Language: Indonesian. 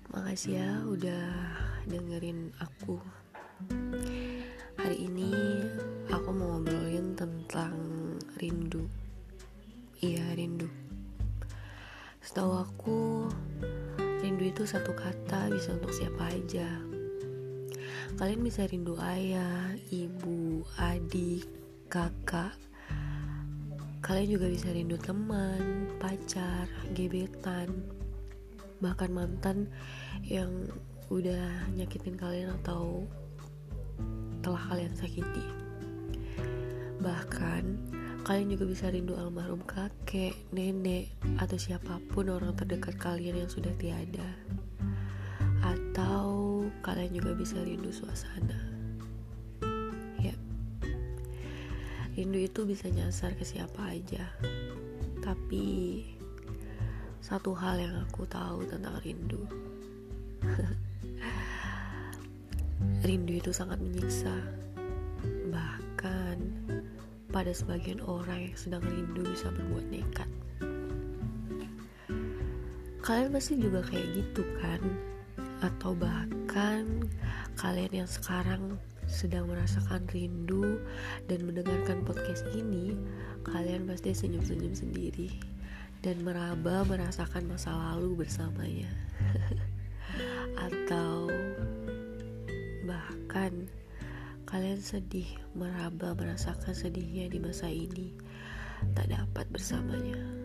Makasih ya udah dengerin aku. Hari ini aku mau ngobrolin tentang rindu. Iya, rindu. Setahu aku, rindu itu satu kata bisa untuk siapa aja. Kalian bisa rindu ayah, ibu, adik, kakak. Kalian juga bisa rindu teman, pacar, gebetan, bahkan mantan yang udah nyakitin kalian atau telah kalian sakiti. Bahkan kalian juga bisa rindu almarhum kakek, nenek, atau siapapun orang terdekat kalian yang sudah tiada. Atau kalian juga bisa rindu suasana. Ya, rindu itu bisa nyasar ke siapa aja. Tapi satu hal yang aku tahu tentang rindu, rindu itu sangat menyiksa. Bahkan pada sebagian orang yang sedang rindu bisa berbuat nekat. Kalian pasti juga kayak gitu kan? Atau bahkan kalian yang sekarang sedang merasakan rindu dan mendengarkan podcast ini, kalian pasti senyum-senyum sendiri dan meraba merasakan masa lalu bersamanya. Atau bahkan kalian sedih meraba merasakan sedihnya di masa ini tak dapat bersamanya.